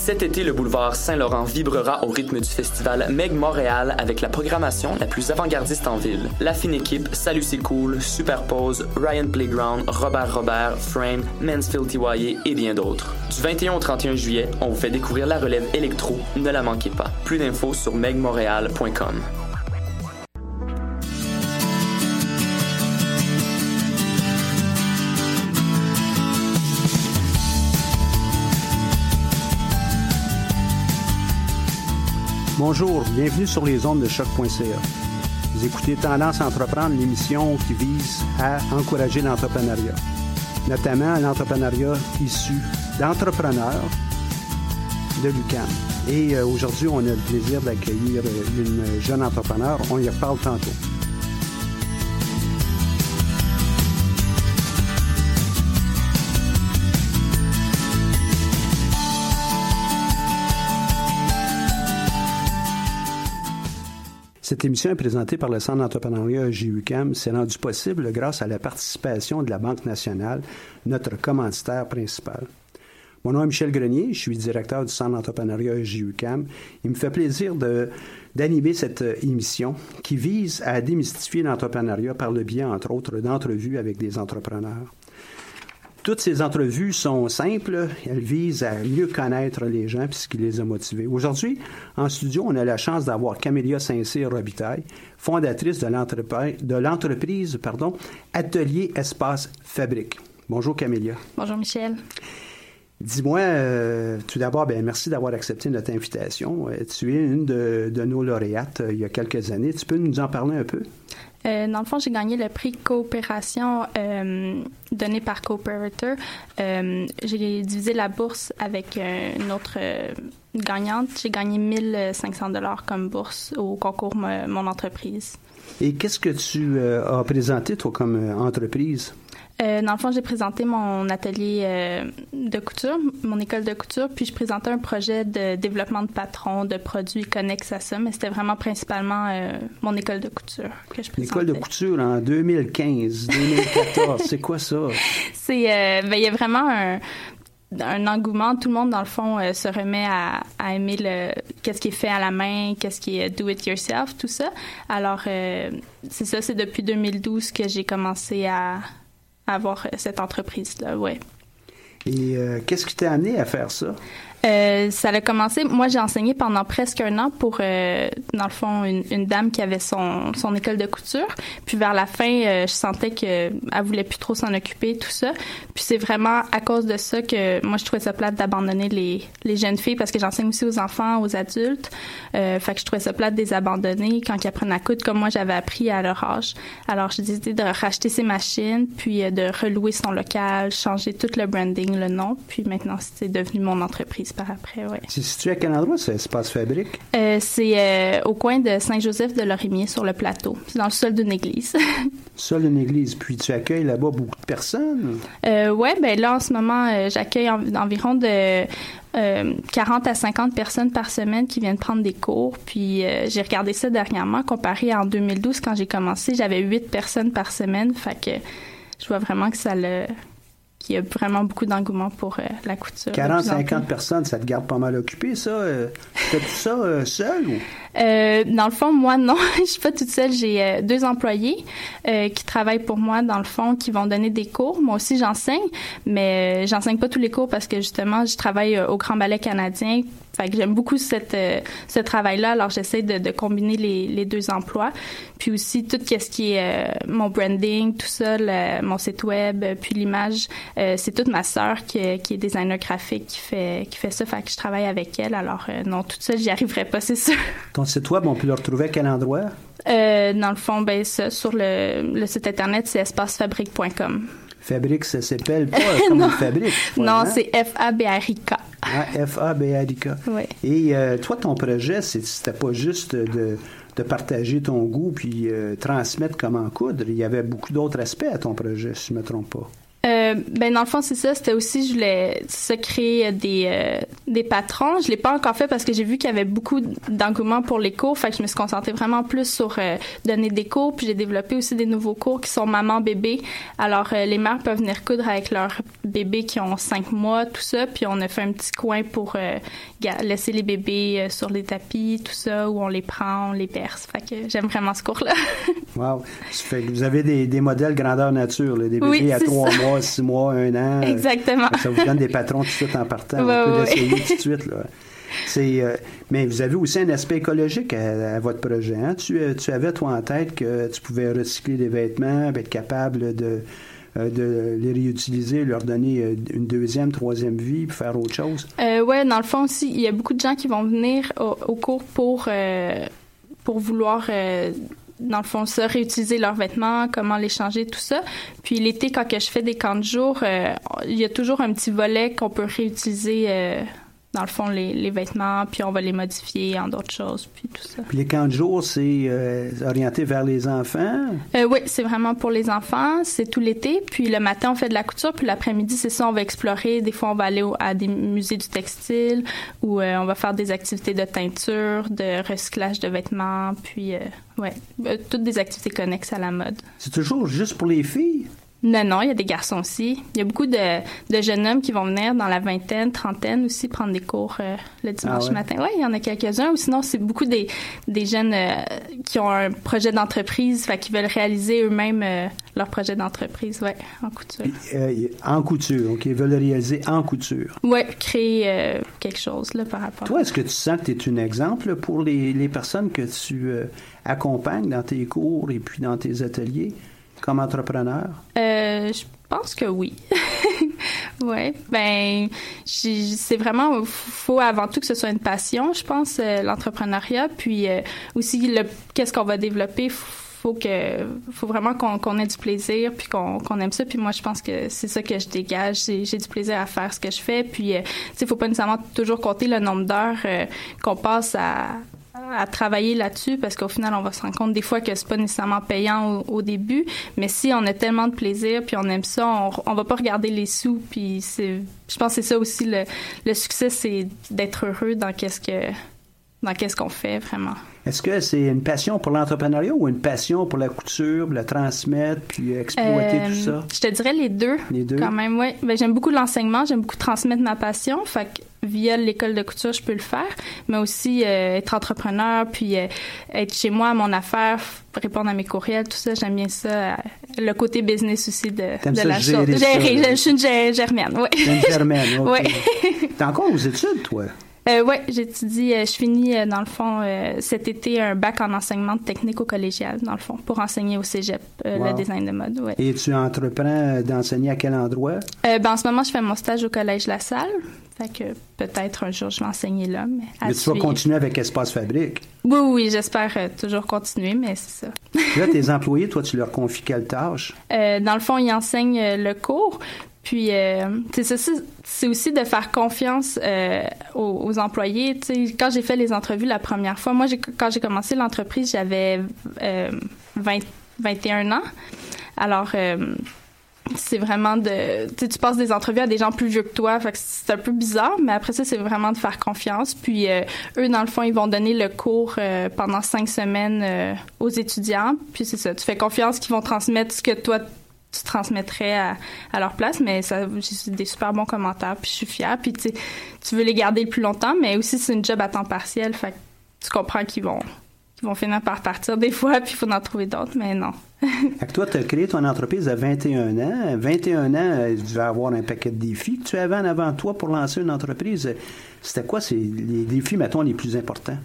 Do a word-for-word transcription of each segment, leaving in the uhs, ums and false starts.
Cet été, le boulevard Saint-Laurent vibrera au rythme du festival Meg Montréal avec la programmation la plus avant-gardiste en ville. La fine équipe, Salut c'est cool, Superpose, Ryan Playground, Robert Robert, Frame, Mansfield T Y A et bien d'autres. Du vingt et un au trente et un juillet, on vous fait découvrir la relève électro, ne la manquez pas. Plus d'infos sur meg montréal point com. Bonjour, bienvenue sur les ondes de choc point c a. Vous écoutez Tendance à entreprendre, l'émission qui vise à encourager l'entrepreneuriat, notamment l'entrepreneuriat issu d'entrepreneurs de l'U Q A M. Et euh, aujourd'hui, on a le plaisir d'accueillir une jeune entrepreneur. On y reparle tantôt. Cette émission est présentée par le Centre d'entrepreneuriat J U Q A M. C'est rendu possible grâce à la participation de la Banque nationale, notre commanditaire principal. Mon nom est Michel Grenier, je suis directeur du Centre d'entrepreneuriat J U Q A M. Il me fait plaisir de, d'animer cette émission qui vise à démystifier l'entrepreneuriat par le biais, entre autres, d'entrevues avec des entrepreneurs. Toutes ces entrevues sont simples, elles visent à mieux connaître les gens et ce qui les a motivés. Aujourd'hui, en studio, on a la chance d'avoir Camélia Saint-Cyr-Robitaille, fondatrice de l'entreprise, de l'entreprise pardon, Atelier Espace Fabrique. Bonjour Camélia. Bonjour Michel. Dis-moi, euh, tout d'abord, ben, merci d'avoir accepté notre invitation. Euh, tu es une de, de nos lauréates euh, il y a quelques années. Tu peux nous en parler un peu? Euh, dans le fond, j'ai gagné le prix coopération euh, donné par Cooperator. Euh, j'ai divisé la bourse avec euh, une autre euh, gagnante. J'ai gagné mille cinq cents dollars comme bourse au concours Mon, mon entreprise. Et qu'est-ce que tu euh, as présenté, toi, comme euh, entreprise? Euh, dans le fond, j'ai présenté mon atelier euh, de couture, mon école de couture, puis je présentais un projet de développement de patrons, de produits connexes à ça, mais c'était vraiment principalement euh, mon école de couture que je présentais. L'école de couture en deux mille quinze, deux mille quatorze, c'est quoi ça? C'est, euh, ben, il y a vraiment un... un engouement, tout le monde dans le fond euh, se remet à, à aimer le qu'est-ce qui est fait à la main, qu'est-ce qui est do it yourself, tout ça. Alors euh, c'est ça, c'est depuis deux mille douze que j'ai commencé à, à avoir cette entreprise là, ouais. Et euh, qu'est-ce qui t'a amené à faire ça? Euh, ça a commencé, moi j'ai enseigné pendant presque un an pour, euh, dans le fond, une, une dame qui avait son, son école de couture. Puis vers la fin, euh, je sentais qu'elle voulait plus trop s'en occuper, tout ça. Puis c'est vraiment à cause de ça que moi je trouvais ça plate d'abandonner les, les jeunes filles parce que j'enseigne aussi aux enfants, aux adultes. Euh, fait que je trouvais ça plate de les abandonner quand ils apprennent à coudre comme moi j'avais appris à leur âge. Alors j'ai décidé de racheter ses machines, puis euh, de relouer son local, changer tout le branding, le nom. Puis maintenant c'est devenu mon entreprise par après, oui. C'est situé à quel endroit, c'est Espace Fabrique? Euh, c'est euh, au coin de Saint-Joseph-de-Lorimier, sur le plateau. C'est dans le sol d'une église. Sol d'une église. Puis tu accueilles là-bas beaucoup de personnes? Euh, oui, bien là, en ce moment, euh, j'accueille en, environ de euh, quarante à cinquante personnes par semaine qui viennent prendre des cours. Puis euh, j'ai regardé ça dernièrement, comparé en deux mille douze, quand j'ai commencé, j'avais huit personnes par semaine. Fait que je vois vraiment que ça le... qu'il y a vraiment beaucoup d'engouement pour euh, la couture. quarante à cinquante personnes, ça te garde pas mal occupé, ça? Euh, Fais-tu ça euh, seul ou? Euh, dans le fond, moi, non. Je suis pas toute seule. J'ai euh, deux employés euh, qui travaillent pour moi, dans le fond, qui vont donner des cours. Moi aussi, j'enseigne, mais euh, j'enseigne pas tous les cours parce que, justement, je travaille euh, au Grand Ballet canadien. Fait que j'aime beaucoup cette, euh, ce travail-là. Alors, j'essaie de, de combiner les, les deux emplois. Puis aussi, tout ce qui est euh, mon branding, tout ça, le, mon site web, puis l'image, euh, c'est toute ma sœur qui, qui est designer graphique qui fait, qui fait ça. Fait que je travaille avec elle. Alors, euh, non, toute seule, j'y arriverai pas, c'est sûr. Ton site web, on peut le retrouver à quel endroit? Euh, dans le fond, ben ça, sur le, le site Internet, c'est espace fabrique point com. Fabrique, ça s'appelle pas comme une fabrique. Non, hein? C'est F A B R I K. Ah, F A B R I K. Oui. Et euh, toi, ton projet, c'est, c'était pas juste de, de partager ton goût puis euh, transmettre comment coudre. Il y avait beaucoup d'autres aspects à ton projet, si je ne me trompe pas. Euh, ben dans le fond c'est ça, c'était aussi je voulais ça créer des euh, des patrons. Je l'ai pas encore fait parce que j'ai vu qu'il y avait beaucoup d'engouement pour les cours, fait que je me suis concentrée vraiment plus sur euh, donner des cours, puis j'ai développé aussi des nouveaux cours qui sont maman bébé. Alors euh, les mères peuvent venir coudre avec leurs bébés qui ont cinq mois, tout ça, puis on a fait un petit coin pour euh, laisser les bébés euh, sur les tapis, tout ça, où on les prend, on les berce. Fait que j'aime vraiment ce cours-là. Wow. Ça fait que vous avez des, des modèles grandeur nature, là, des bébés oui, à trois ça. mois, six mois, un an. Exactement. Ça vous donne des patrons tout de suite en partant. Ouais, on peut ouais. l'essayer tout de suite. Là. C'est, euh, mais vous avez aussi un aspect écologique à, à votre projet. Hein? Tu, tu avais, toi, en tête que tu pouvais recycler des vêtements, être capable de, euh, de les réutiliser, leur donner une deuxième, troisième vie, puis faire autre chose. Euh, oui, dans le fond aussi, il y a beaucoup de gens qui vont venir au, au cours pour, euh, pour vouloir... Euh, dans le fond, ça, réutiliser leurs vêtements, comment les changer, tout ça. Puis l'été, quand que je fais des camps de jour, euh, il y a toujours un petit volet qu'on peut réutiliser, euh, dans le fond, les, les vêtements, puis on va les modifier en d'autres choses, puis tout ça. Puis les camps de jour, c'est euh, orienté vers les enfants? Euh, oui, c'est vraiment pour les enfants. C'est tout l'été. Puis le matin, on fait de la couture. Puis l'après-midi, c'est ça, on va explorer. Des fois, on va aller au, à des musées du textile ou euh, on va faire des activités de teinture, de recyclage de vêtements. Puis, euh, ouais, euh, toutes des activités connexes à la mode. C'est toujours juste pour les filles? Non, non, il y a des garçons aussi. Il y a beaucoup de, de jeunes hommes qui vont venir dans la vingtaine, trentaine aussi prendre des cours euh, le dimanche ah ouais? matin. Oui, il y en a quelques-uns. Ou sinon, c'est beaucoup des, des jeunes euh, qui ont un projet d'entreprise, fait qu'ils veulent réaliser eux-mêmes euh, leur projet d'entreprise, ouais, en couture. Euh, en couture, OK. Ils veulent le réaliser en couture. Oui, créer euh, quelque chose là, par rapport. Toi, est-ce que tu sens que tu es un exemple pour les, les personnes que tu euh, accompagnes dans tes cours et puis dans tes ateliers? Comme entrepreneur? Euh, je pense que oui. Ouais. Ben, j'ai, c'est vraiment, faut avant tout que ce soit une passion, je pense, euh, l'entrepreneuriat. Puis euh, aussi, le, qu'est-ce qu'on va développer? Faut que, faut vraiment qu'on, qu'on ait du plaisir, puis qu'on, qu'on aime ça. Puis moi, je pense que c'est ça que je dégage. J'ai, j'ai du plaisir à faire ce que je fais. Puis, euh, tu sais, faut pas nécessairement toujours compter le nombre d'heures euh, qu'on passe à à travailler là-dessus parce qu'au final, on va se rendre compte des fois que c'est pas nécessairement payant au, au début, mais si on a tellement de plaisir puis on aime ça, on, on va pas regarder les sous puis c'est, je pense que c'est ça aussi le, le succès, c'est d'être heureux dans qu'est-ce que dans qu'est-ce qu'on fait vraiment. Est-ce que c'est une passion pour l'entrepreneuriat ou une passion pour la couture, pour la transmettre puis exploiter euh, tout ça? Je te dirais les deux. Les deux? Quand même, oui. Ben, j'aime beaucoup l'enseignement, j'aime beaucoup transmettre ma passion, fait que via l'école de couture, je peux le faire, mais aussi euh, être entrepreneur, puis euh, être chez moi à mon affaire, répondre à mes courriels, tout ça, j'aime bien ça. Le côté business aussi de, T'aimes de ça la gérer chose. Ça, gérer, je, je suis une gé- germaine, oui. Une germaine, OK. Oui. T'es encore aux études, toi? Euh, oui, j'étudie, euh, je finis euh, dans le fond euh, cet été un bac en enseignement technique au collégial, dans le fond, pour enseigner au cégep euh, wow. le design de mode. Ouais. Et tu entreprends d'enseigner à quel endroit? Euh, ben, en ce moment, je fais mon stage au Collège La Salle. Fait que peut-être un jour, je vais enseigner là. Mais, à mais tu suivre. vas continuer avec Espace Fabrique? Oui, oui, j'espère euh, toujours continuer, mais c'est ça. Là, tes employés, toi, tu leur confies quelle tâche? Euh, dans le fond, ils enseignent euh, le cours. Puis, euh, c'est, ça, c'est aussi de faire confiance euh, aux, aux employés. T'sais, quand j'ai fait les entrevues la première fois, moi, j'ai, quand j'ai commencé l'entreprise, j'avais euh, vingt, vingt et un ans. Alors, euh, c'est vraiment de... Tu passes des entrevues à des gens plus vieux que toi, fait que c'est un peu bizarre, mais après ça, c'est vraiment de faire confiance. Puis, euh, eux, dans le fond, ils vont donner le cours euh, pendant cinq semaines euh, aux étudiants. Puis, c'est ça, tu fais confiance qu'ils vont transmettre ce que toi, tu transmettrais à, à leur place, mais ça, j'ai des super bons commentaires, puis je suis fière. Puis tu tu veux les garder le plus longtemps, mais aussi c'est une job à temps partiel, fait que tu comprends qu'ils vont, qu'ils vont finir par partir des fois, puis il faut en trouver d'autres, mais non. Fait que toi, tu as créé ton entreprise à vingt et un ans. vingt et un ans, tu devais avoir un paquet de défis que tu avais en avant de toi pour lancer une entreprise. C'était quoi c'est les défis, mettons, les plus importants?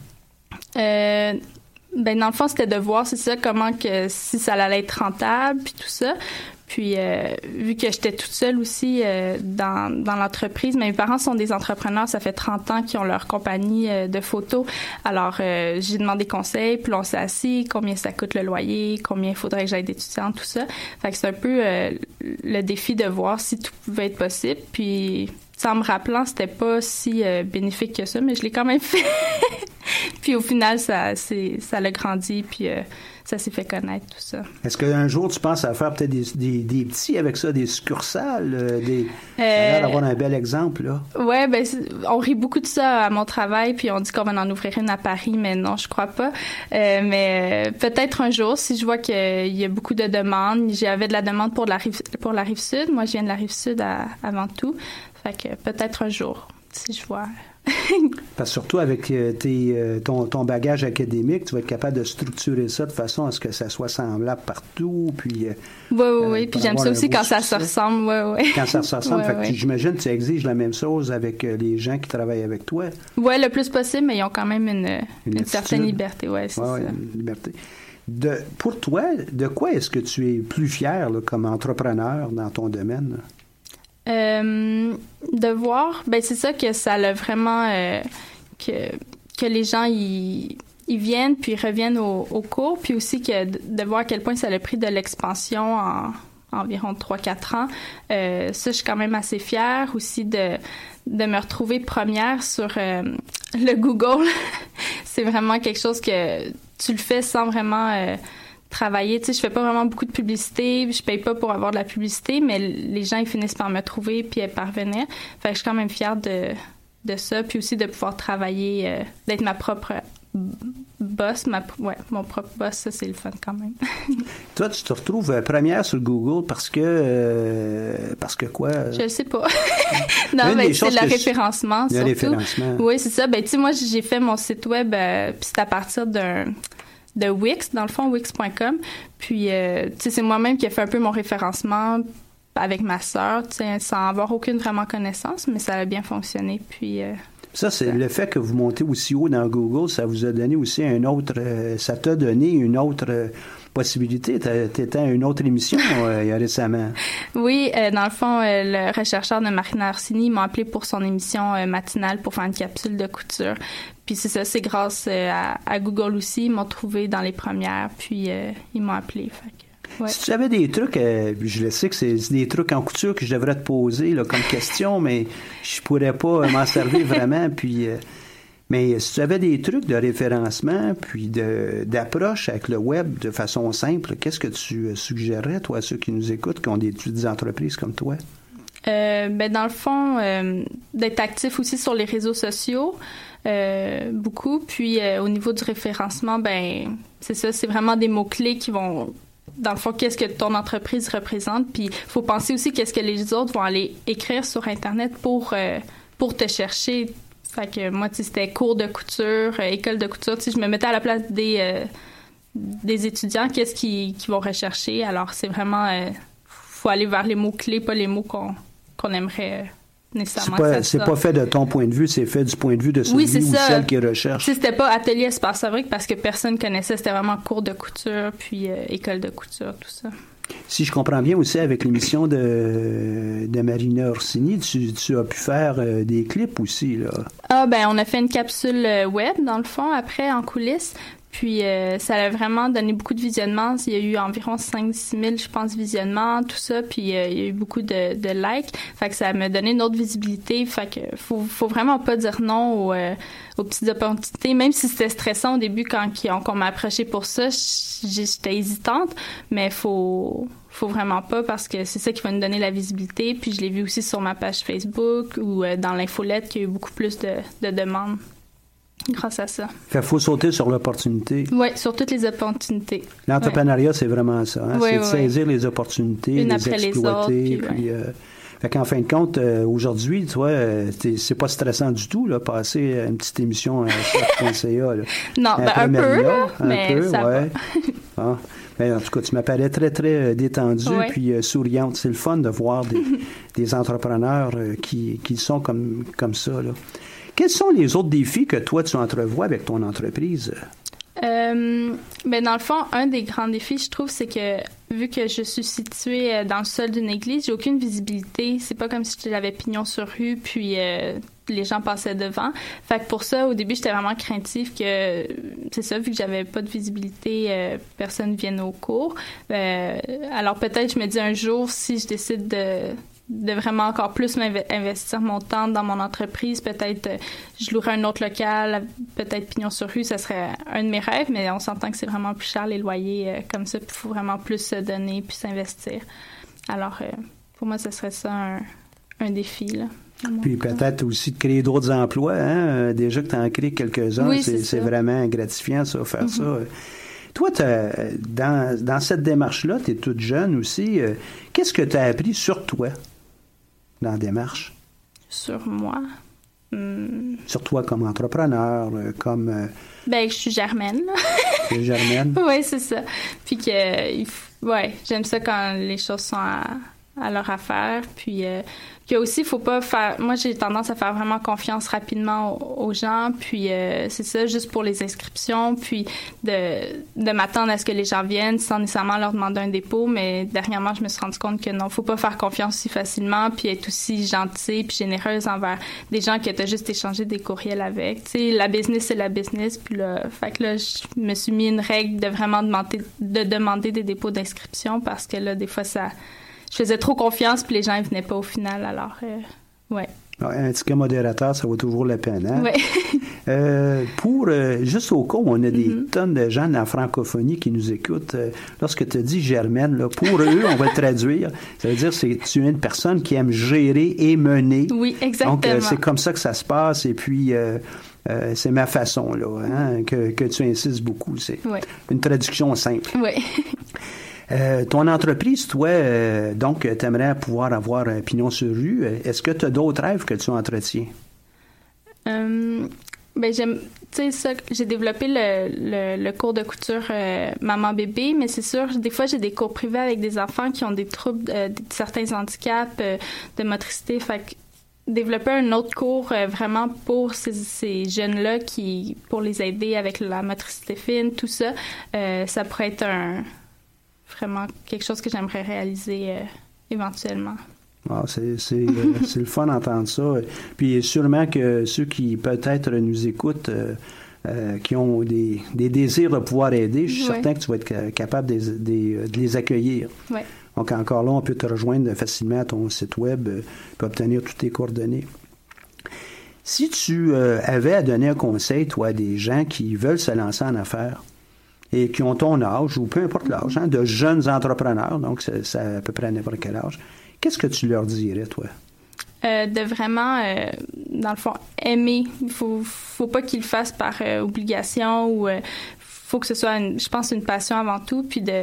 Euh... Ben dans le fond, c'était de voir, c'est ça, comment que si ça allait être rentable, puis tout ça. Puis, euh, vu que j'étais toute seule aussi euh, dans, dans l'entreprise, mes parents sont des entrepreneurs, ça fait trente ans qu'ils ont leur compagnie euh, de photos. Alors, euh, j'ai demandé conseil, puis on s'est assis, combien ça coûte le loyer, combien il faudrait que j'aille d'étudiants, tout ça. Fait que c'est un peu euh, le défi de voir si tout pouvait être possible. Puis, en me rappelant, c'était pas si euh, bénéfique que ça, mais je l'ai quand même fait. Puis au final, ça, c'est, ça l'a grandi, puis euh, ça s'est fait connaître, tout ça. Est-ce qu'un jour, tu penses à faire peut-être des, des, des petits avec ça, des succursales, euh, des... Ça a l'air d'avoir un bel exemple, là. Ouais, ben, on rit beaucoup de ça à mon travail, puis on dit qu'on va en ouvrir une à Paris, mais non, je crois pas. Euh, mais euh, peut-être un jour, si je vois qu'il y a beaucoup de demandes. J'avais de la demande pour la rive, pour la rive sud. Moi, je viens de la rive sud à, avant tout. Fait que peut-être un jour, si je vois... Parce que surtout avec euh, tes, euh, ton, ton bagage académique, tu vas être capable de structurer ça de façon à ce que ça soit semblable partout. Puis, euh, oui, oui, oui. Puis j'aime ça aussi quand ça se ressemble. Oui, oui. Quand ça se ressemble. ouais, fait que ouais. tu, j'imagine que tu exiges la même chose avec euh, les gens qui travaillent avec toi. Oui, le plus possible, mais ils ont quand même une, une, une certaine liberté. Oui, c'est ouais, ça. Ouais, une liberté. De, pour toi, de quoi est-ce que tu es plus fier là, comme entrepreneur dans ton domaine? Euh, de voir, ben c'est ça que ça l'a vraiment euh, que que les gens ils ils viennent puis reviennent au, au cours, puis aussi que de, de voir à quel point ça a pris de l'expansion en, en environ trois quatre ans. Euh, ça, je suis quand même assez fière aussi de de me retrouver première sur euh, le Google. C'est vraiment quelque chose que tu le fais sans vraiment euh, travailler. Tu sais, je fais pas vraiment beaucoup de publicité, je paye pas pour avoir de la publicité, mais les gens, ils finissent par me trouver puis parvenir. Fait que je suis quand même fière de, de ça, puis aussi de pouvoir travailler, euh, d'être ma propre boss, ma, ouais, mon propre boss, ça, c'est le fun quand même. Toi, tu te retrouves euh, première sur Google parce que... Euh, parce que quoi? Je le sais pas. Non, ben, c'est le référencement, je... surtout. Le référencement. Oui, c'est ça. Ben, tu sais, moi, j'ai fait mon site web, euh, puis c'est à partir d'un... de Wix, dans le fond, wix point com. Puis, euh, tu sais, c'est moi-même qui ai fait un peu mon référencement avec ma sœur, tu sais, sans avoir aucune vraiment connaissance, mais ça a bien fonctionné. Puis... Euh, ça, c'est ça. Le fait que vous montez aussi haut dans Google, ça vous a donné aussi un autre... Euh, ça t'a donné une autre... Euh, possibilité. T'étais à une autre émission euh, il y a récemment. Oui, euh, dans le fond, euh, le rechercheur de Marina Orsini m'a appelé pour son émission euh, matinale pour faire une capsule de couture. Puis c'est ça, c'est grâce euh, à, à Google aussi. Ils m'ont trouvé dans les premières, puis euh, ils m'ont appelé. Fait que, ouais. Si tu avais des trucs, euh, je le sais que c'est des trucs en couture que je devrais te poser là, comme question, mais je pourrais pas m'en servir vraiment. Puis... Euh, Mais si tu avais des trucs de référencement puis de, d'approche avec le web de façon simple, qu'est-ce que tu suggérerais, toi, à ceux qui nous écoutent, qui ont des, des entreprises comme toi? Euh, ben dans le fond, euh, d'être actif aussi sur les réseaux sociaux, euh, beaucoup. Puis euh, au niveau du référencement, ben c'est ça, c'est vraiment des mots-clés qui vont... Dans le fond, qu'est-ce que ton entreprise représente? Puis il faut penser aussi qu'est-ce que les autres vont aller écrire sur Internet pour, euh, pour te chercher. Fait que moi, tu sais, c'était cours de couture, euh, école de couture. Tu sais, je me mettais à la place des, euh, des étudiants, qu'est-ce qu'ils, qu'ils vont rechercher. Alors, c'est vraiment... Euh, faut aller vers les mots-clés, pas les mots qu'on, qu'on aimerait euh, nécessairement. C'est pas, c'est pas fait de ton point de vue, c'est fait du point de vue de celui oui, c'est ou ça. celle qui recherche. Tu sais, c'était pas atelier espace fabrique parce que personne connaissait. C'était vraiment cours de couture, puis euh, école de couture, tout ça. Si je comprends bien aussi, avec l'émission de, de Marina Orsini, tu, tu as pu faire euh, des clips aussi, là. Ah, ben, on a fait une capsule web, dans le fond, après, en coulisses. Puis, euh, ça a vraiment donné beaucoup de visionnements. Il y a eu environ cinq six mille, je pense, visionnements, tout ça. Puis, euh, il y a eu beaucoup de, de likes. Fait que ça m'a donné une autre visibilité. Fait que faut, faut vraiment pas dire non aux, euh, aux petites opportunités. Même si c'était stressant au début quand on, qu'on m'a approché pour ça, j'étais hésitante. Mais faut... faut vraiment pas parce que c'est ça qui va nous donner la visibilité. Puis, je l'ai vu aussi sur ma page Facebook ou euh, dans l'infolette qu'il y a eu beaucoup plus de, de demandes. Grâce à ça. Fait faut sauter sur l'opportunité. Oui, sur toutes les opportunités. L'entrepreneuriat, ouais. c'est vraiment ça. Hein? Oui, c'est de oui, saisir oui. les opportunités, Une les après exploiter. les autres, autres, puis, puis, ouais. euh, fait qu'en fin de compte, euh, aujourd'hui, tu vois, euh, c'est pas stressant du tout, là, passer une petite émission à choc point c a. Là. Non, ben, un Marina, peu, là, un mais peu, ça ouais. va. Ah. Ben, en tout cas, tu m'apparais très, très euh, détendue ouais. puis euh, souriante. C'est le fun de voir des, des entrepreneurs euh, qui, qui sont comme, comme ça, là. Quels sont les autres défis que toi, tu entrevois avec ton entreprise? Euh, ben dans le fond, un des grands défis, je trouve, c'est que vu que je suis située dans le sol d'une église, j'ai aucune visibilité. C'est pas comme si j'avais pignon sur rue, puis euh, les gens passaient devant. Fait que pour ça, au début, j'étais vraiment craintive que, c'est ça, vu que j'avais pas de visibilité, euh, personne vienne au cours. Euh, alors peut-être, je me dis un jour, si je décide de de vraiment encore plus investir mon temps dans mon entreprise. Peut-être euh, je louerais un autre local, peut-être pignon sur rue, ça serait un de mes rêves, mais on s'entend que c'est vraiment plus cher les loyers euh, comme ça, puis il faut vraiment plus se donner puis s'investir. Alors, euh, pour moi, ce serait ça un, un défi, là. Puis peut-être aussi de créer d'autres emplois, hein? Déjà que tu en crées quelques-uns, oui, c'est, c'est, c'est vraiment gratifiant, ça, faire mm-hmm. ça. Toi, dans, dans cette démarche-là, tu es toute jeune aussi. Euh, qu'est-ce que tu as appris sur toi dans la démarche? Sur moi? Hum... Sur toi comme entrepreneur, comme... Euh... Ben, je suis Germaine. C'est Germaine? Oui, c'est ça. Puis que, il f... ouais, j'aime ça quand les choses sont à, à leur affaire. Puis... Euh... Puis aussi, il faut pas faire... Moi, j'ai tendance à faire vraiment confiance rapidement aux, aux gens. Puis euh, c'est ça, juste pour les inscriptions. Puis de, de m'attendre à ce que les gens viennent sans nécessairement leur demander un dépôt. Mais dernièrement, je me suis rendu compte que non, faut pas faire confiance si facilement. Puis être aussi gentille puis généreuse envers des gens que tu as juste échangé des courriels avec. Tu sais, la business, c'est la business. Puis là, fait que là, je me suis mis une règle de vraiment demander, de demander des dépôts d'inscription parce que là, des fois, ça... Je faisais trop confiance, puis les gens ne venaient pas au final, alors, euh, ouais. Un ticket modérateur, ça vaut toujours la peine, hein? Oui. euh, pour, euh, juste au cas où on a des mm-hmm. tonnes de gens de la francophonie qui nous écoutent, euh, lorsque tu dis Germaine, là, pour eux, on va le traduire, ça veut dire que tu es une personne qui aime gérer et mener. Oui, exactement. Donc, euh, c'est comme ça que ça se passe, et puis... Euh, Euh, c'est ma façon, là, hein, que, que tu insistes beaucoup. C'est oui. une traduction simple. Oui. Euh, ton entreprise, toi, euh, donc, tu aimerais pouvoir avoir un pignon sur rue. Est-ce que tu as d'autres rêves que tu entretiens? Euh, ben, j'aime, tu sais, ça, j'ai développé le, le, le cours de couture euh, maman-bébé, mais c'est sûr, des fois, j'ai des cours privés avec des enfants qui ont des troubles, euh, certains handicaps euh, de motricité. Fait que développer un autre cours euh, vraiment pour ces, ces jeunes-là, qui, pour les aider avec la motricité fine, tout ça, euh, ça pourrait être un, vraiment quelque chose que j'aimerais réaliser euh, éventuellement. Ah, c'est, c'est, euh, c'est le fun d'entendre ça. Puis sûrement que ceux qui peut-être nous écoutent, euh, euh, qui ont des, des désirs de pouvoir aider, je suis ouais. certain que tu vas être capable de, de, de les accueillir. Oui. Donc, encore là, on peut te rejoindre facilement à ton site web euh, pour obtenir toutes tes coordonnées. Si tu euh, avais à donner un conseil, toi, à des gens qui veulent se lancer en affaires et qui ont ton âge, ou peu importe l'âge, hein, de jeunes entrepreneurs, donc c'est, c'est à peu près à n'importe quel âge, qu'est-ce que tu leur dirais, toi? Euh, de vraiment, euh, dans le fond, aimer. Il faut, faut pas qu'ils le fassent par euh, obligation ou euh, faut que ce soit, une, je pense, une passion avant tout, puis de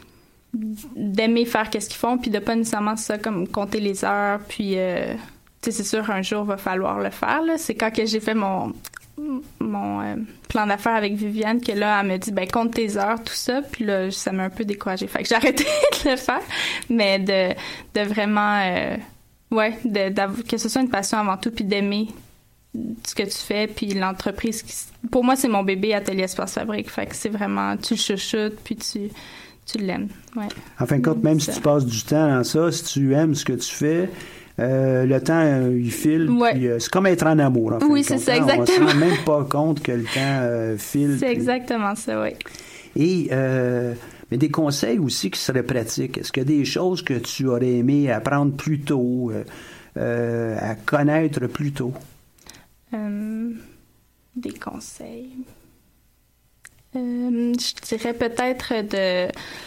d'aimer faire qu'est-ce qu'ils font, puis de pas nécessairement ça comme compter les heures, puis euh, tu sais, c'est sûr un jour va falloir le faire, là. C'est quand que j'ai fait mon mon euh, plan d'affaires avec Viviane que là elle me dit ben compte tes heures, tout ça, puis là ça m'a un peu découragée, fait que j'ai arrêté de le faire, mais de de vraiment euh, ouais de que ce soit une passion avant tout, puis d'aimer ce que tu fais, puis l'entreprise qui, pour moi c'est mon bébé Atelier Espace Fabrique, fait que c'est vraiment tu le chouchoutes, puis tu tu l'aimes, ouais. En fin de compte, même ça. Si tu passes du temps dans ça, si tu aimes ce que tu fais, euh, le temps, euh, il file. Ouais. Puis, euh, c'est comme être en amour, en fin oui, de compte. c'est ça, hein? exactement. On ne se rend même pas compte que le temps euh, file. C'est puis... exactement ça, oui. Et, euh, mais des conseils aussi qui seraient pratiques. Est-ce qu'il y a des choses que tu aurais aimé apprendre plus tôt, euh, euh, à connaître plus tôt? Euh, des conseils... Euh, je dirais peut-être de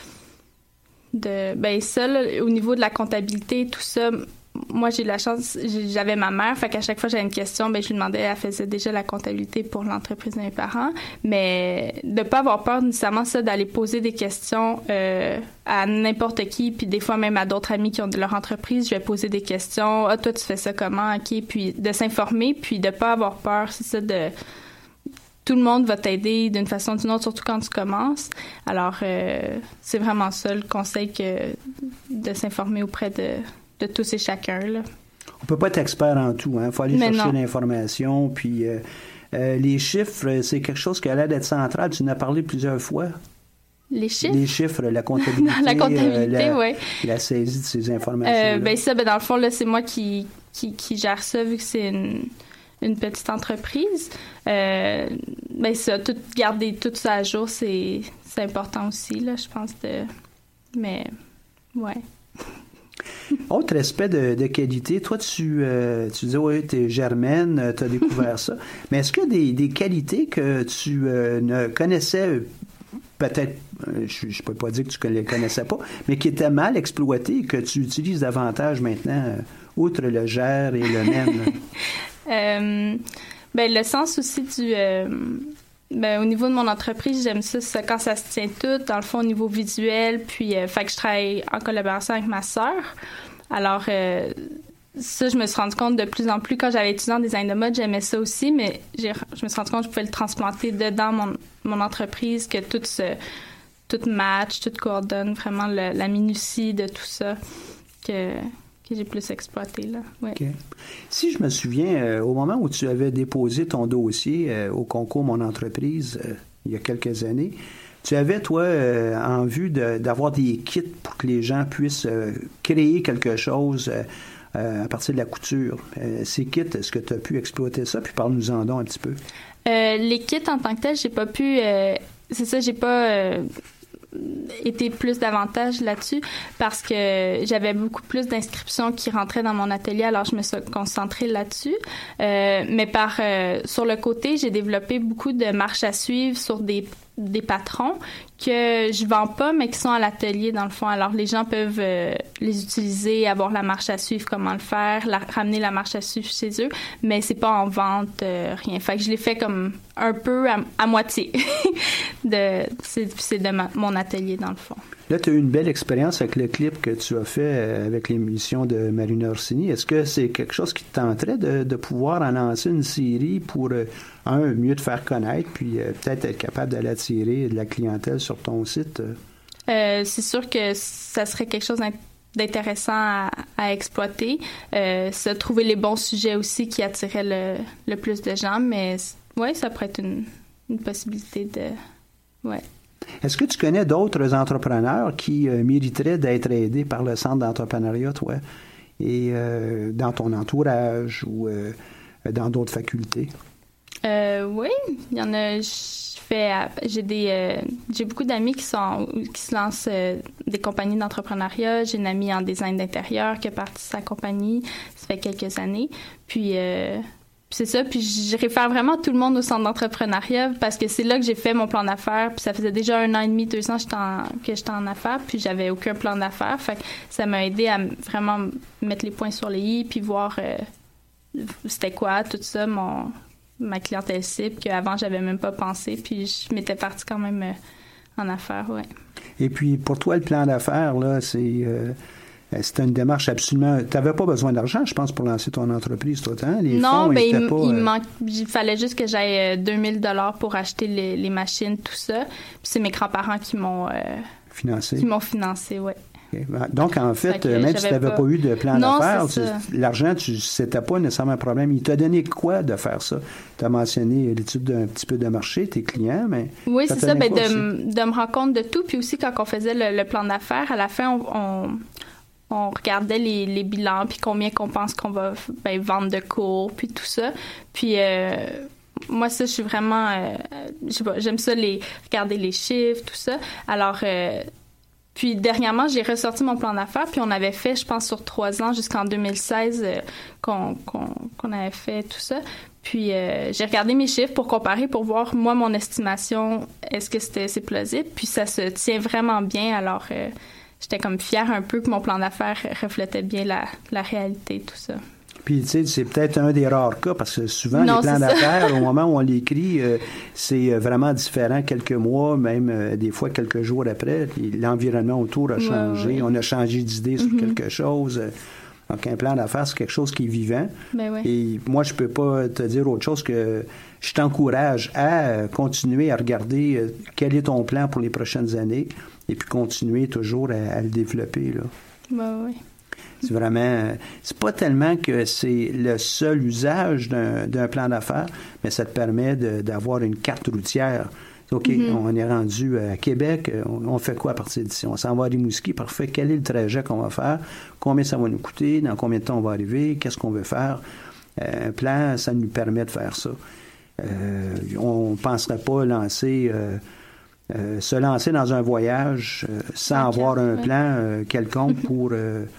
de ben ça là, au niveau de la comptabilité, tout ça, moi j'ai eu la chance, j'avais ma mère, fait qu'à chaque fois j'avais une question, ben je lui demandais, elle faisait déjà la comptabilité pour l'entreprise de mes parents, mais de pas avoir peur nécessairement ça, d'aller poser des questions euh, à n'importe qui, puis des fois même à d'autres amis qui ont de leur entreprise, je vais poser des questions, ah toi tu fais ça comment, ok, puis de s'informer, puis de pas avoir peur, c'est ça, de tout le monde va t'aider d'une façon ou d'une autre, surtout quand tu commences. Alors, euh, c'est vraiment ça le conseil, que de s'informer auprès de, de tous et chacun, là. On peut pas être expert en tout, hein. Il faut aller Mais chercher non. l'information. Puis euh, euh, les chiffres, c'est quelque chose qui a l'air d'être central. Tu en as parlé plusieurs fois. Les chiffres? Les chiffres, la comptabilité. la comptabilité, euh, la, oui. La saisie de ces informations. Euh, ben ça, ben dans le fond, là, c'est moi qui, qui, qui gère ça, vu que c'est une... une petite entreprise. Euh, ben ça, tout, garder tout ça à jour, c'est, c'est important aussi, là, je pense. De... Mais, ouais. Autre aspect de, de qualité, toi, tu, euh, tu dis, oui, tu es germaine, tu as découvert ça. Mais est-ce qu'il y a des, des qualités que tu euh, ne connaissais peut-être, euh, je ne peux pas dire que tu ne les connaissais pas, mais qui étaient mal exploitées et que tu utilises davantage maintenant, euh, outre le gère et le mène? euh, ben, le sens aussi du... Euh, ben, au niveau de mon entreprise, j'aime ça, ça quand ça se tient tout, dans le fond, au niveau visuel. Puis, euh, fait que je travaille en collaboration avec ma sœur. Alors, euh, ça, je me suis rendu compte de plus en plus quand j'avais étudié en design de mode, j'aimais ça aussi, mais j'ai, je me suis rendu compte que je pouvais le transplanter dedans mon, mon entreprise, que tout se, tout match, tout coordonne, vraiment le, la minutie de tout ça, que, que j'ai plus exploité, là. Ouais. Okay. Si je me souviens, euh, au moment où tu avais déposé ton dossier euh, au concours Mon entreprise, euh, il y a quelques années, tu avais, toi, euh, en vue de, d'avoir des kits pour que les gens puissent euh, créer quelque chose euh, euh, à partir de la couture. Euh, ces kits, est-ce que tu as pu exploiter ça? Puis parle-nous-en donc un petit peu. Euh, les kits, en tant que tel, j'ai pas pu... Euh, c'est ça, j'ai pas... Euh, été plus davantage là-dessus parce que j'avais beaucoup plus d'inscriptions qui rentraient dans mon atelier, alors je me suis concentrée là-dessus. Euh, mais par euh, sur le côté, j'ai développé beaucoup de marches à suivre sur des des patrons que je vends pas, mais qui sont à l'atelier, dans le fond. Alors, les gens peuvent euh, les utiliser, avoir la marche à suivre, comment le faire, la, ramener la marche à suivre chez eux, mais c'est pas en vente, euh, rien. Fait que je l'ai fait comme un peu à, à moitié. de, c'est, c'est de ma, mon atelier, dans le fond. Là, tu as eu une belle expérience avec le clip que tu as fait avec l'émission de Marina Orsini. Est-ce que c'est quelque chose qui te tenterait de, de pouvoir en lancer une série pour, euh, un, mieux te faire connaître, puis euh, peut-être être capable d'aller attirer de la clientèle sur ton site? Euh, c'est sûr que ça serait quelque chose d'intéressant à, à exploiter. Euh, se trouver les bons sujets aussi qui attiraient le, le plus de gens, mais oui, ça pourrait être une, une possibilité de... Ouais. Est-ce que tu connais d'autres entrepreneurs qui euh, mériteraient d'être aidés par le Centre d'entrepreneuriat, toi, et euh, dans ton entourage ou euh, dans d'autres facultés? Euh, oui, il y en a. Je fais, j'ai des, euh, j'ai beaucoup d'amis qui sont, qui se lancent euh, des compagnies d'entrepreneuriat. J'ai une amie en design d'intérieur qui a parti sa compagnie. Ça fait quelques années. Puis euh, c'est ça, puis je réfère vraiment tout le monde au centre d'entrepreneuriat parce que c'est là que j'ai fait mon plan d'affaires, puis ça faisait déjà un an et demi, deux ans j'étais en, que j'étais en affaires, puis j'avais aucun plan d'affaires, fait que ça m'a aidé à vraiment mettre les points sur les i, puis voir euh, c'était quoi, tout ça, mon, ma clientèle cible, qu'avant j'avais même pas pensé, puis je m'étais partie quand même euh, en affaires, ouais. Et puis pour toi, le plan d'affaires, là, c'est... Euh... C'était une démarche absolument... Tu n'avais pas besoin d'argent, je pense, pour lancer ton entreprise, toi, hein? Les non, fonds, ben, ils il, pas, il, euh... manque, il fallait juste que j'aille deux mille dollars pour acheter les, les machines, tout ça. Puis c'est mes grands-parents qui m'ont... Euh, financé. Qui m'ont financé, oui. Okay. Donc, en fait, fait même si tu n'avais pas... pas eu de plan non, d'affaires, tu, l'argent, tu, c'était pas nécessairement un problème. Il t'a donné quoi de faire ça? Tu as mentionné l'étude d'un petit peu de marché, tes clients, mais... Oui, c'est ça, ben, de, de me rendre compte de tout. Puis aussi, quand on faisait le, le plan d'affaires, à la fin, on... on on regardait les, les bilans, puis combien qu'on pense qu'on va ben, vendre de cours, puis tout ça. Puis euh, moi, ça, je suis vraiment... Euh, je sais pas, j'aime ça, les, regarder les chiffres, tout ça. Alors, euh, puis dernièrement, j'ai ressorti mon plan d'affaires, puis on avait fait, je pense, sur trois ans, jusqu'en deux mille seize, euh, qu'on, qu'on, qu'on avait fait tout ça. Puis euh, j'ai regardé mes chiffres pour comparer, pour voir, moi, mon estimation, est-ce que c'était, c'est plausible? Puis ça se tient vraiment bien, alors... Euh, j'étais comme fière un peu que mon plan d'affaires reflétait bien la, la réalité, tout ça. Puis, tu sais, c'est peut-être un des rares cas, parce que souvent, non, les plans d'affaires, au moment où on l'écrit, euh, c'est vraiment différent quelques mois, même euh, des fois quelques jours après. L'environnement autour a changé. Ouais, ouais. On a changé d'idée sur mm-hmm. quelque chose. Donc, un plan d'affaires, c'est quelque chose qui est vivant. Ben ouais. Et moi, je peux pas te dire autre chose que je t'encourage à continuer à regarder euh, quel est ton plan pour les prochaines années et puis continuer toujours à, à le développer, là. Ben oui. C'est vraiment... C'est pas tellement que c'est le seul usage d'un, d'un plan d'affaires, mais ça te permet de, d'avoir une carte routière. OK, mm-hmm. on est rendu à Québec, on, on fait quoi à partir d'ici? On s'en va à Rimouski, parfait. Quel est le trajet qu'on va faire? Combien ça va nous coûter? Dans combien de temps on va arriver? Qu'est-ce qu'on veut faire? Euh, un plan, ça nous permet de faire ça. Euh, on ne penserait pas lancer... Euh, Euh, se lancer dans un voyage euh, sans okay, avoir un ouais. plan euh, quelconque pour euh,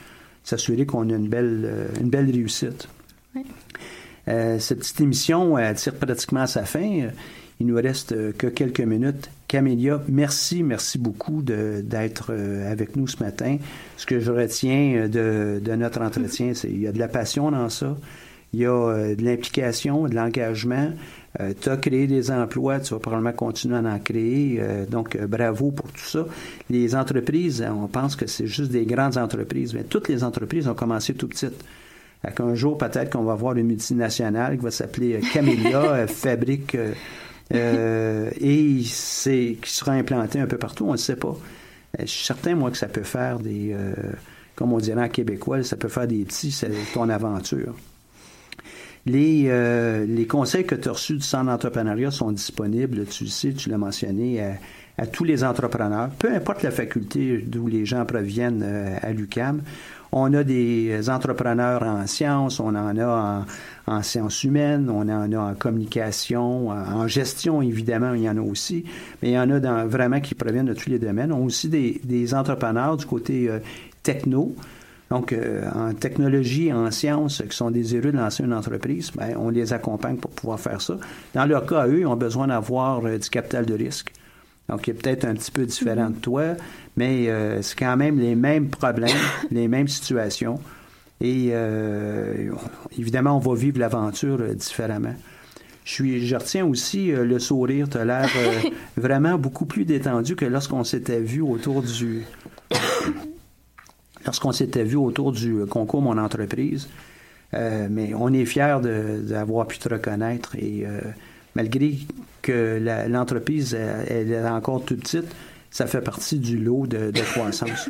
s'assurer qu'on a une belle, euh, une belle réussite. Oui. Euh, cette petite émission elle tire pratiquement à sa fin. Il nous reste euh, que quelques minutes. Camélia, merci, merci beaucoup de, d'être euh, avec nous ce matin. Ce que je retiens de, de notre entretien, c'est qu'il y a de la passion dans ça. Il y a euh, de l'implication, de l'engagement. Euh, tu as créé des emplois, tu vas probablement continuer à en créer. Euh, donc, euh, bravo pour tout ça. Les entreprises, on pense que c'est juste des grandes entreprises, mais toutes les entreprises ont commencé tout petites. Fait qu'un jour, peut-être qu'on va avoir une multinationale qui va s'appeler Camélia, euh, fabrique... Euh, euh, et c'est qui sera implanté un peu partout, on ne sait pas. Euh, je suis certain, moi, que ça peut faire des... Euh, comme on dirait en québécois, ça peut faire des petits, c'est ton aventure. Les, euh, les conseils que tu as reçus du Centre d'entrepreneuriat sont disponibles, tu le sais, tu l'as mentionné, à, à tous les entrepreneurs, peu importe la faculté d'où les gens proviennent euh, à l'U Q A M. On a des entrepreneurs en sciences, on en a en, en sciences humaines, on en a en communication, en gestion, évidemment, il y en a aussi, mais il y en a dans, vraiment qui proviennent de tous les domaines. On a aussi des, des entrepreneurs du côté euh, techno, donc euh, en technologie, en sciences, qui sont désireux de lancer une entreprise, bien, on les accompagne pour pouvoir faire ça. Dans leur cas, eux, ils ont besoin d'avoir euh, du capital de risque. Donc, il est peut-être un petit peu différent de toi, mais euh, c'est quand même les mêmes problèmes, les mêmes situations. Et euh, évidemment, on va vivre l'aventure euh, différemment. Je, suis, je retiens aussi euh, le sourire. Tu as l'air euh, vraiment beaucoup plus détendu que lorsqu'on s'était vu autour du... lorsqu'on s'était vu autour du concours Mon Entreprise. Euh, mais on est fiers de, d'avoir pu te reconnaître et... Euh, malgré que la, l'entreprise elle, elle est encore toute petite, ça fait partie du lot de, de croissance.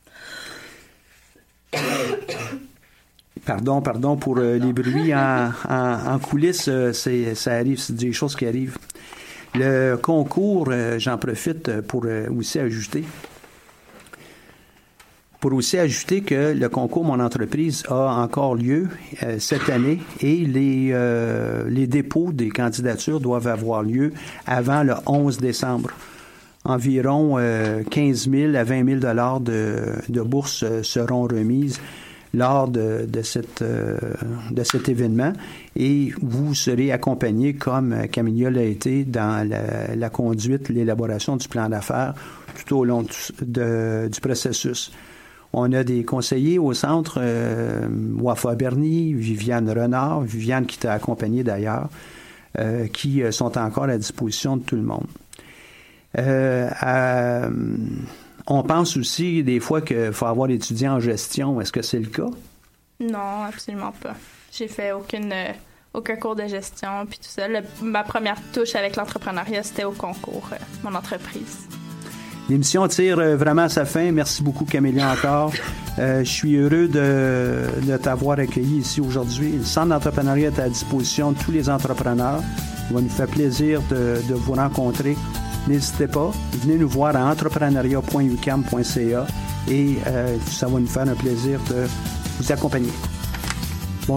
Pardon, pardon pour euh, les bruits en, en, en coulisses, euh, c'est, ça arrive, c'est des choses qui arrivent. Le concours, euh, j'en profite pour euh, aussi ajouter. Pour aussi ajouter que le concours Mon Entreprise a encore lieu euh, cette année et les, euh, les dépôts des candidatures doivent avoir lieu avant le onze décembre. Environ euh, quinze mille à vingt mille dollars de, de bourses euh, seront remises lors de, de, cette, euh, de cet événement et vous serez accompagné, comme Camélia l'a été, dans la, la conduite, l'élaboration du plan d'affaires tout au long du, de, du processus. On a des conseillers au centre, euh, Wafa Berny, Viviane Renard, Viviane qui t'a accompagné d'ailleurs, euh, qui euh, sont encore à disposition de tout le monde. Euh, à, on pense aussi des fois qu'il faut avoir étudié en gestion. Est-ce que c'est le cas? Non, absolument pas. J'ai fait aucune, euh, aucun cours de gestion puis tout ça. Le, ma première touche avec l'entrepreneuriat, c'était au concours euh, Mon Entreprise. L'émission tire vraiment à sa fin. Merci beaucoup, Camélia, encore. Euh, je suis heureux de, de t'avoir accueilli ici aujourd'hui. Le Centre d'entrepreneuriat est à la disposition de tous les entrepreneurs. Il va nous faire plaisir de, de vous rencontrer. N'hésitez pas, venez nous voir à entrepreneuriat point u q a m point c a et euh, ça va nous faire un plaisir de vous accompagner. Bon.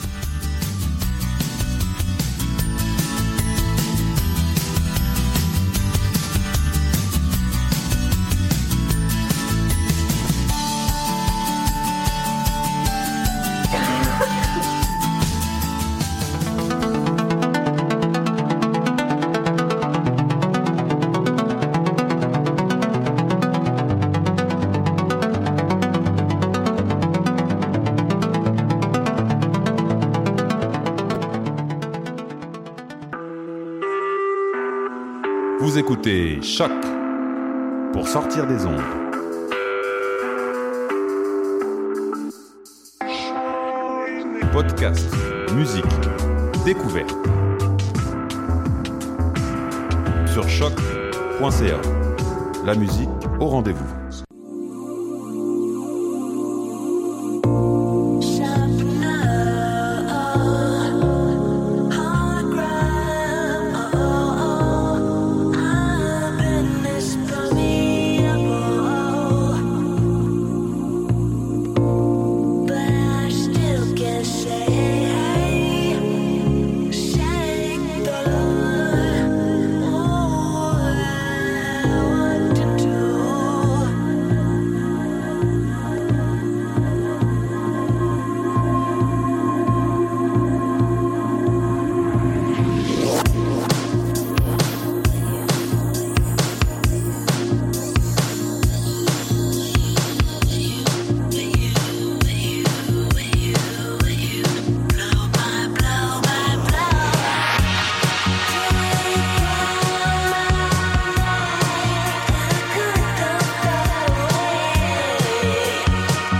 Vous écoutez Choc pour sortir des ondes. Podcast, musique, découverte. Sur choc point c a. La musique au rendez-vous.